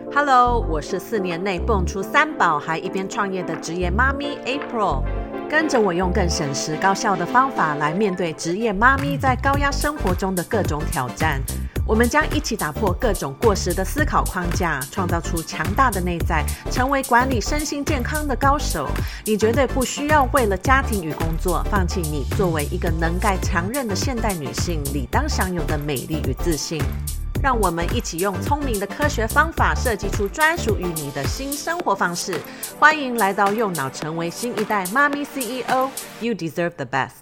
Hello， 我是4年内蹦出3宝还一边创业的职业妈咪 April， 跟着我用更省时高效的方法来面对职业妈咪在高压生活中的各种挑战。我们将一起打破各种过时的思考框架，创造出强大的内在，成为管理身心健康的高手。你绝对不需要为了家庭与工作放弃你作为一个能干强韧的现代女性理当享有的美丽与自信。让我们一起用聪明的科学方法设计出专属于你的新生活方式。欢迎来到用脑成为新一代妈咪 CEO， You deserve the best。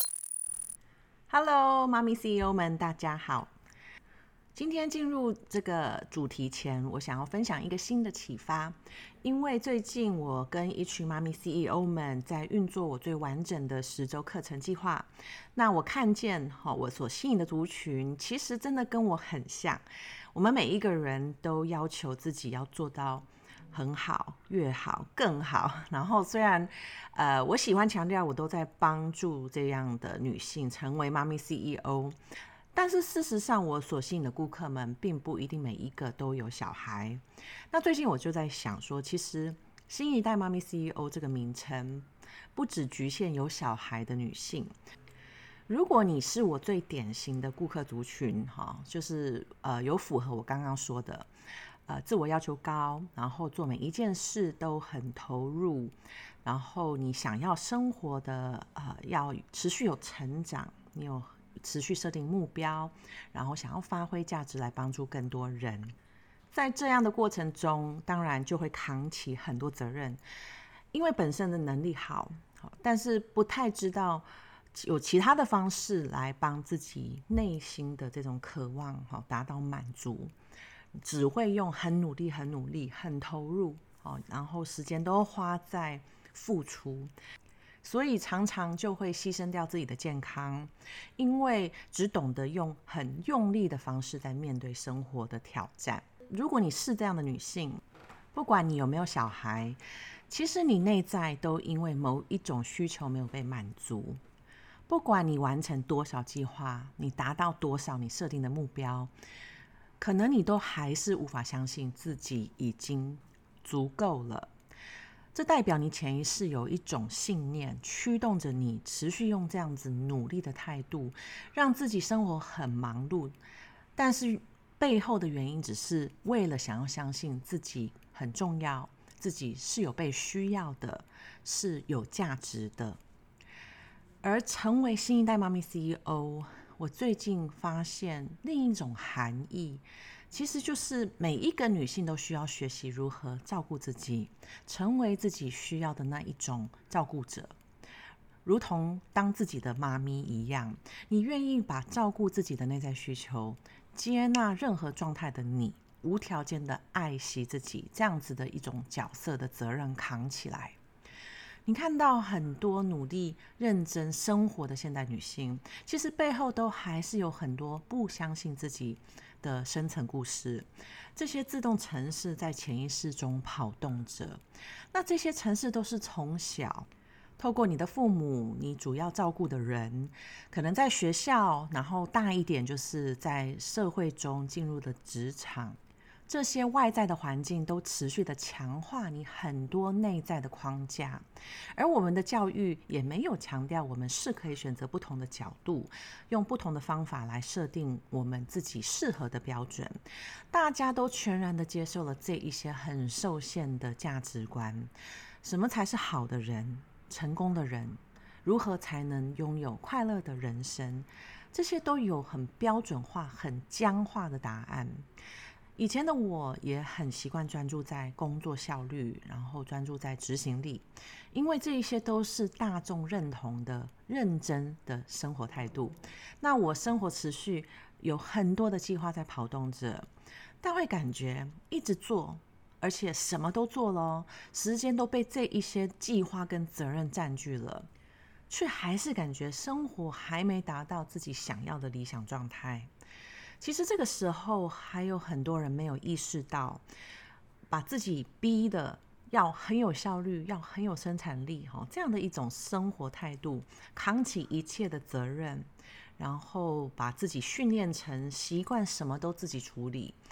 Hello， 妈咪 CEO 们，大家好。今天进入这个主题前，我想要分享一个新的启发。因为最近我跟一群妈咪 CEO 们在运作我最完整的10周课程计划。那我看见我所吸引的族群其实真的跟我很像。我们每一个人都要求自己要做到很好，越好更好。然后虽然我喜欢强调我都在帮助这样的女性成为妈咪 CEO，但是事实上我所吸引的顾客们并不一定每一个都有小孩。那最近我就在想说，其实新一代妈咪 CEO 这个名称不只局限有小孩的女性。如果你是我最典型的顾客族群，就是有符合我刚刚说的自我要求高，然后做每一件事都很投入，然后你想要生活的要持续有成长，你有持续设定目标，然后想要发挥价值来帮助更多人。在这样的过程中，当然就会扛起很多责任，因为本身的能力好，但是不太知道有其他的方式来帮自己内心的这种渴望达到满足，只会用很努力很投入，然后时间都花在付出，所以常常就会牺牲掉自己的健康，因为只懂得用很用力的方式在面对生活的挑战。如果你是这样的女性，不管你有没有小孩，其实你内在都因为某一种需求没有被满足。不管你完成多少计划，你达到多少你设定的目标，可能你都还是无法相信自己已经足够了。这代表你潜意识有一种信念驱动着你持续用这样子努力的态度，让自己生活很忙碌，但是背后的原因只是为了想要相信自己很重要，自己是有被需要的，是有价值的。而成为新一代妈咪 CEO， 我最近发现另一种含义，其实就是每一个女性都需要学习如何照顾自己，成为自己需要的那一种照顾者，如同当自己的妈咪一样，你愿意把照顾自己的内在需求，接纳任何状态的你，无条件的爱惜自己，这样子的一种角色的责任扛起来。你看到很多努力认真生活的现代女性，其实背后都还是有很多不相信自己的深层故事，这些自动程式在潜意识中跑动着。那这些程式都是从小透过你的父母，你主要照顾的人，可能在学校，然后大一点就是在社会中进入的职场，这些外在的环境都持续的强化你很多内在的框架。而我们的教育也没有强调我们是可以选择不同的角度，用不同的方法来设定我们自己适合的标准。大家都全然的接受了这一些很受限的价值观，什么才是好的人，成功的人，如何才能拥有快乐的人生，这些都有很标准化很僵化的答案。以前的我也很习惯专注在工作效率，然后专注在执行力，因为这一些都是大众认同的认真的生活态度。那我生活持续有很多的计划在跑动着，但会感觉一直做，而且什么都做了，时间都被这一些计划跟责任占据了，却还是感觉生活还没达到自己想要的理想状态。其实这个时候还有很多人没有意识到，把自己逼的要很有效率，要很有生产力，这样的一种生活态度，扛起一切的责任，然后把自己训练成习惯什么都自己处理，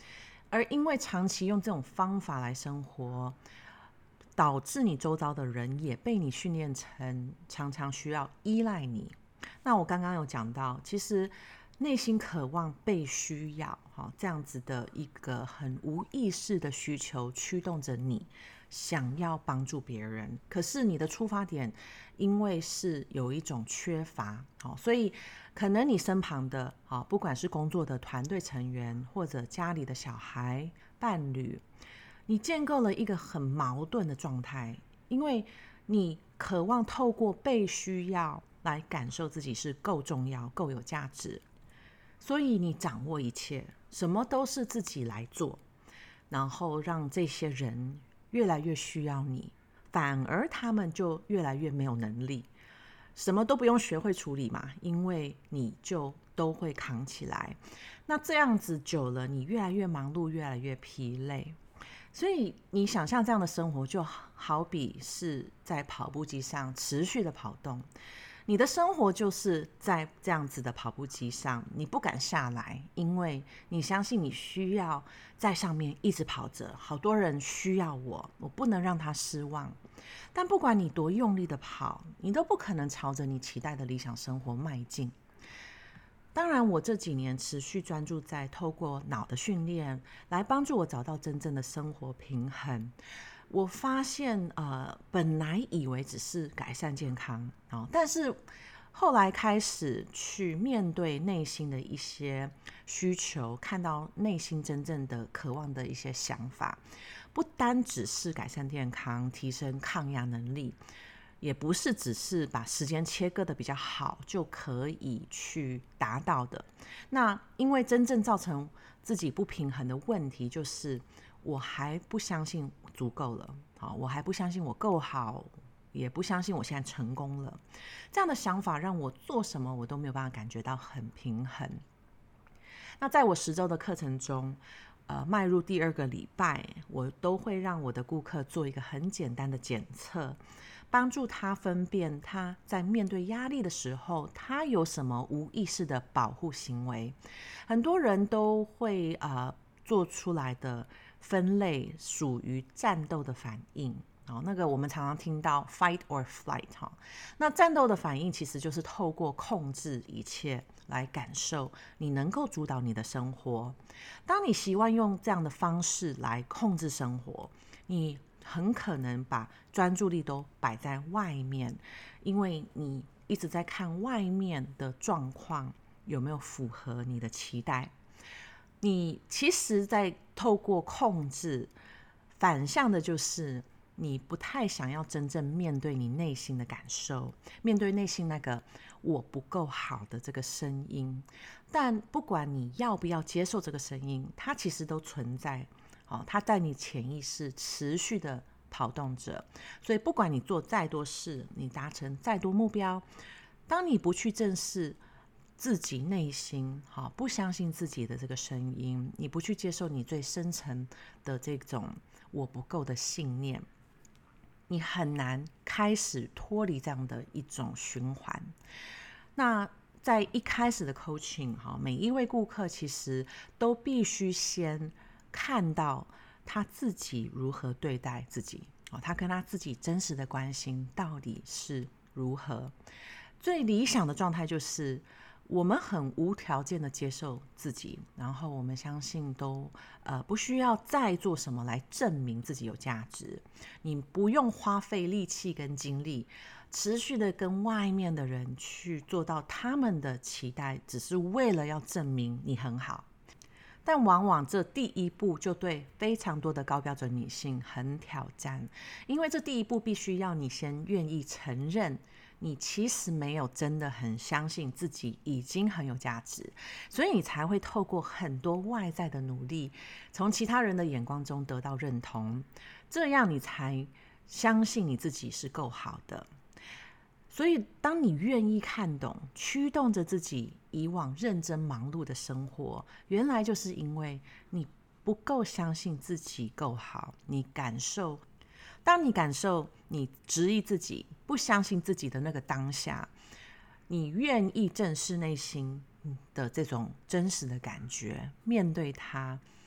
而因为长期用这种方法来生活，导致你周遭的人也被你训练成常常需要依赖你。那我刚刚有讲到，其实内心渴望被需要，这样子的一个很无意识的需求驱动着你想要帮助别人，可是你的出发点因为是有一种缺乏，所以可能你身旁的不管是工作的团队成员或者家里的小孩伴侣，你建构了一个很矛盾的状态，因为你渴望透过被需要来感受自己是够重要够有价值，所以你掌握一切，什么都是自己来做，然后让这些人越来越需要你，反而他们就越来越没有能力，什么都不用学会处理嘛，因为你就都会扛起来。那这样子久了，你越来越忙碌，越来越疲累。所以你想象这样的生活，就好比是在跑步机上持续的跑动。你的生活就是在这样子的跑步机上，你不敢下来，因为你相信你需要在上面一直跑着，好多人需要我不能让他失望。但不管你多用力的跑，你都不可能朝着你期待的理想生活迈进。当然，我这几年持续专注在透过脑的训练来帮助我找到真正的生活平衡。我发现本来以为只是改善健康，但是后来开始去面对内心的一些需求，看到内心真正的渴望的一些想法，不单只是改善健康、提升抗压能力，也不是只是把时间切割的比较好就可以去达到的。那因为真正造成自己不平衡的问题，就是我还不相信足够了，我还不相信我够好，也不相信我现在成功了。这样的想法让我做什么我都没有办法感觉到很平衡。那在我10周的课程中，迈入第2个礼拜，我都会让我的顾客做一个很简单的检测，帮助他分辨他在面对压力的时候，他有什么无意识的保护行为。很多人都会做出来的分类属于战斗的反应，那个我们常常听到 fight or flight， 那战斗的反应其实就是透过控制一切来感受你能够主导你的生活。当你习惯用这样的方式来控制生活，你很可能把专注力都摆在外面，因为你一直在看外面的状况有没有符合你的期待。你其实在透过控制，反向的就是你不太想要真正面对你内心的感受，面对内心那个我不够好的这个声音。但不管你要不要接受这个声音，它其实都存在，它在你潜意识持续的跑动着。所以不管你做再多事，你达成再多目标，当你不去正视自己内心不相信自己的这个声音，你不去接受你最深层的这种我不够的信念，你很难开始脱离这样的一种循环。那在一开始的 coaching， 每一位顾客其实都必须先看到他自己如何对待自己，他跟他自己真实的关系到底是如何。最理想的状态就是我们很无条件的接受自己，然后我们相信都不需要再做什么来证明自己有价值。你不用花费力气跟精力持续的跟外面的人去做到他们的期待，只是为了要证明你很好。但往往这第一步就对非常多的高标准女性很挑战，因为这第一步必须要你先愿意承认你其实没有真的很相信自己已经很有价值，所以你才会透过很多外在的努力，从其他人的眼光中得到认同，这样你才相信你自己是够好的。所以当你愿意看懂驱动着自己以往认真忙碌的生活，原来就是因为你不够相信自己够好。当你感受你质疑自己不相信自己的那个当下，你愿意正视内心的这种真实的感觉，面对它，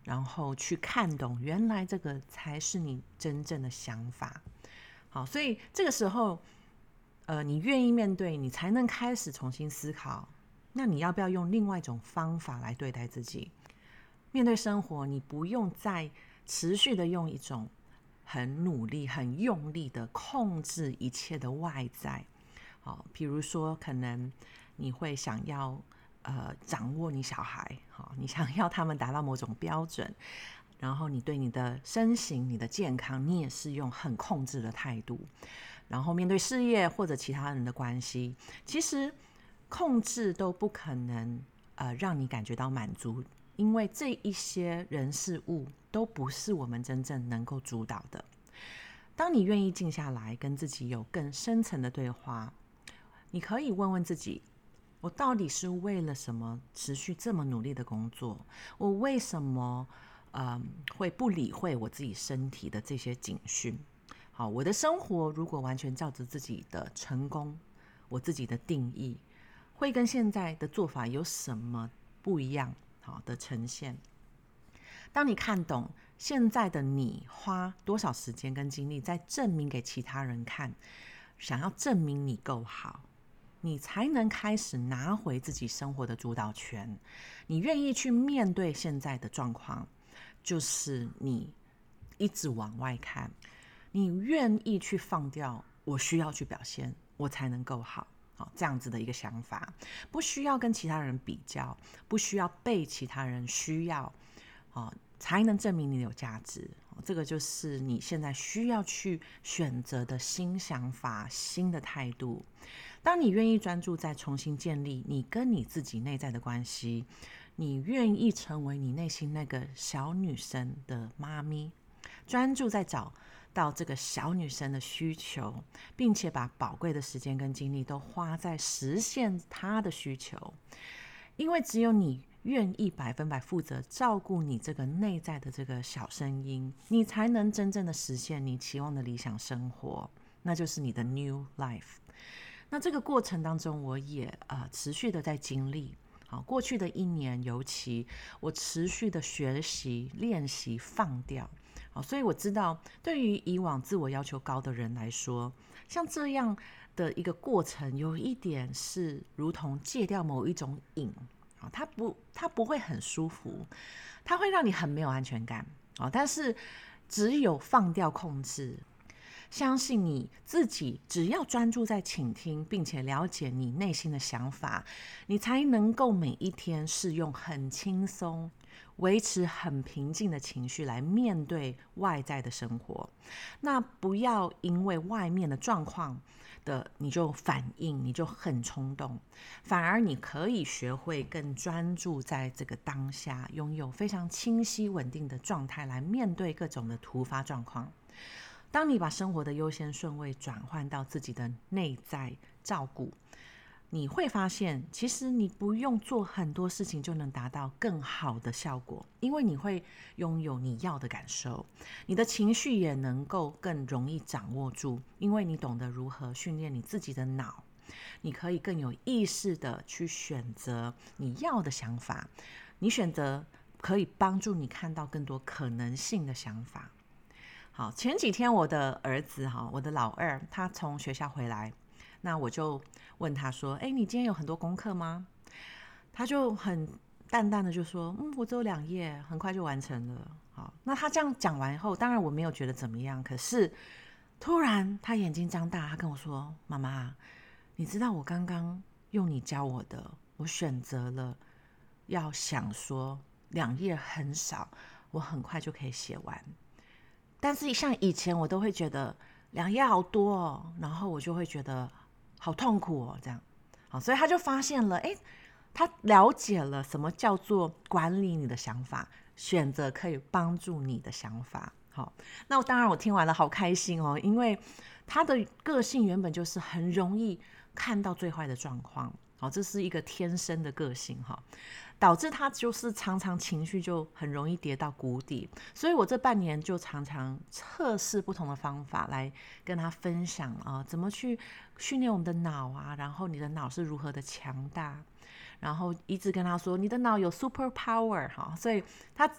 然后去看懂原来这个才是你真正的想法。好，所以这个时候你愿意面对，你才能开始重新思考，那你要不要用另外一种方法来对待自己？面对生活，你不用再持续的用一种很努力、很用力的控制一切的外在。好，比如说可能你会想要掌握你小孩，好，你想要他们达到某种标准，然后你对你的身形、你的健康，你也是用很控制的态度。然后面对事业或者其他人的关系，其实控制都不可能让你感觉到满足，因为这一些人事物都不是我们真正能够主导的。当你愿意静下来跟自己有更深层的对话，你可以问问自己，我到底是为了什么持续这么努力的工作？我为什么会不理会我自己身体的这些警讯？好，我的生活如果完全照着自己的成功，我自己的定义，会跟现在的做法有什么不一样？好的呈现。当你看懂现在的你花多少时间跟精力在证明给其他人看，想要证明你够好，你才能开始拿回自己生活的主导权。你愿意去面对现在的状况，就是你一直往外看，你愿意去放掉我需要去表现，我才能够好，这样子的一个想法，不需要跟其他人比较，不需要被其他人需要，才能证明你有价值。这个就是你现在需要去选择的新想法、新的态度。当你愿意专注在重新建立你跟你自己内在的关系，你愿意成为你内心那个小女生的妈咪，专注在找到这个小女生的需求，并且把宝贵的时间跟精力都花在实现她的需求。因为只有你愿意100%负责照顾你这个内在的这个小声音，你才能真正的实现你期望的理想生活，那就是你的 new life。那这个过程当中，我也持续的在经历。好，过去的1年，尤其我持续的学习、练习、放掉。好，所以我知道，对于以往自我要求高的人来说，像这样的一个过程，有一点是如同戒掉某一种瘾。它不会很舒服，它会让你很没有安全感。但是只有放掉控制，相信你自己，只要专注在倾听，并且了解你内心的想法，你才能够每一天是用很轻松、维持很平静的情绪来面对外在的生活。那不要因为外面的状况你就反应，你就很冲动，反而你可以学会更专注在这个当下，拥有非常清晰稳定的状态来面对各种的突发状况。当你把生活的优先顺位转换到自己的内在照顾，你会发现其实你不用做很多事情就能达到更好的效果，因为你会拥有你要的感受，你的情绪也能够更容易掌握住，因为你懂得如何训练你自己的脑，你可以更有意识的去选择你要的想法，你选择可以帮助你看到更多可能性的想法。好，前几天我的儿子，我的老二，他从学校回来，那我就问他说，你今天有很多功课吗？他就很淡淡的就说，我只有2页，很快就完成了。好，那他这样讲完后，当然我没有觉得怎么样，可是突然他眼睛张大，他跟我说，妈妈，你知道我刚刚用你教我的，我选择了要想说2页很少，我很快就可以写完。但是像以前我都会觉得2页好多哦，然后我就会觉得好痛苦哦，这样。好，所以他就发现了，他了解了什么叫做管理你的想法，选择可以帮助你的想法。好，那当然我听完了好开心哦，因为他的个性原本就是很容易看到最坏的状况。好，这是一个天生的个性哈，导致他就是常常情绪就很容易跌到谷底。所以我这半年就常常测试不同的方法来跟他分享怎么去训练我们的脑啊，然后你的脑是如何的强大，然后一直跟他说你的脑有 super power 哈，所以他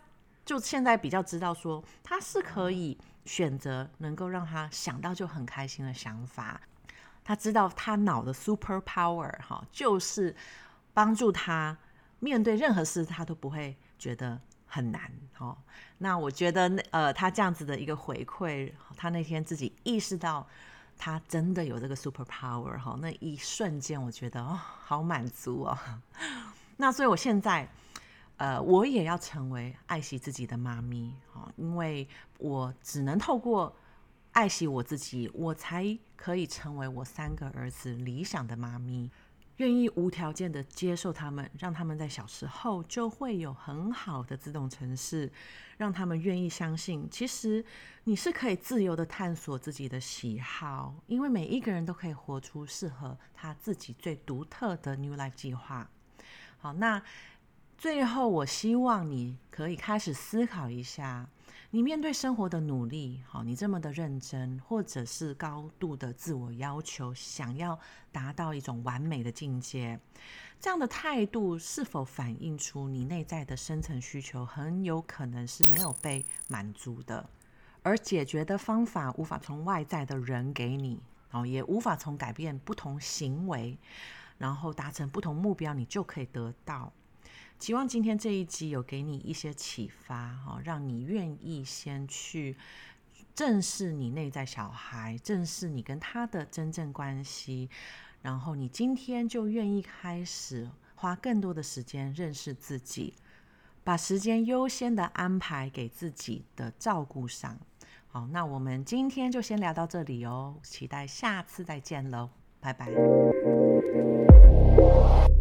就现在比较知道说，他是可以选择能够让他想到就很开心的想法。他知道他脑的 super power 就是帮助他面对任何事，他都不会觉得很难。那我觉得他这样子的一个回馈，他那天自己意识到他真的有这个 super power， 那一瞬间我觉得好满足哦。那所以我现在我也要成为爱惜自己的妈咪，因为我只能透过爱惜我自己，我才可以成为我3个儿子理想的妈咪，愿意无条件的接受他们，让他们在小时候就会有很好的自动程式，让他们愿意相信，其实你是可以自由的探索自己的喜好，因为每一个人都可以活出适合他自己最独特的 New Life 计划。好，那最后我希望你可以开始思考一下，你面对生活的努力，你这么的认真，或者是高度的自我要求，想要达到一种完美的境界，这样的态度是否反映出你内在的深层需求很有可能是没有被满足的，而解决的方法无法从外在的人给你，也无法从改变不同行为然后达成不同目标你就可以得到。希望今天这一集有给你一些启发，让你愿意先去正视你内在小孩，正视你跟他的真正关系，然后你今天就愿意开始花更多的时间认识自己，把时间优先的安排给自己的照顾上。好，那我们今天就先聊到这里哦，期待下次再见喽，拜拜。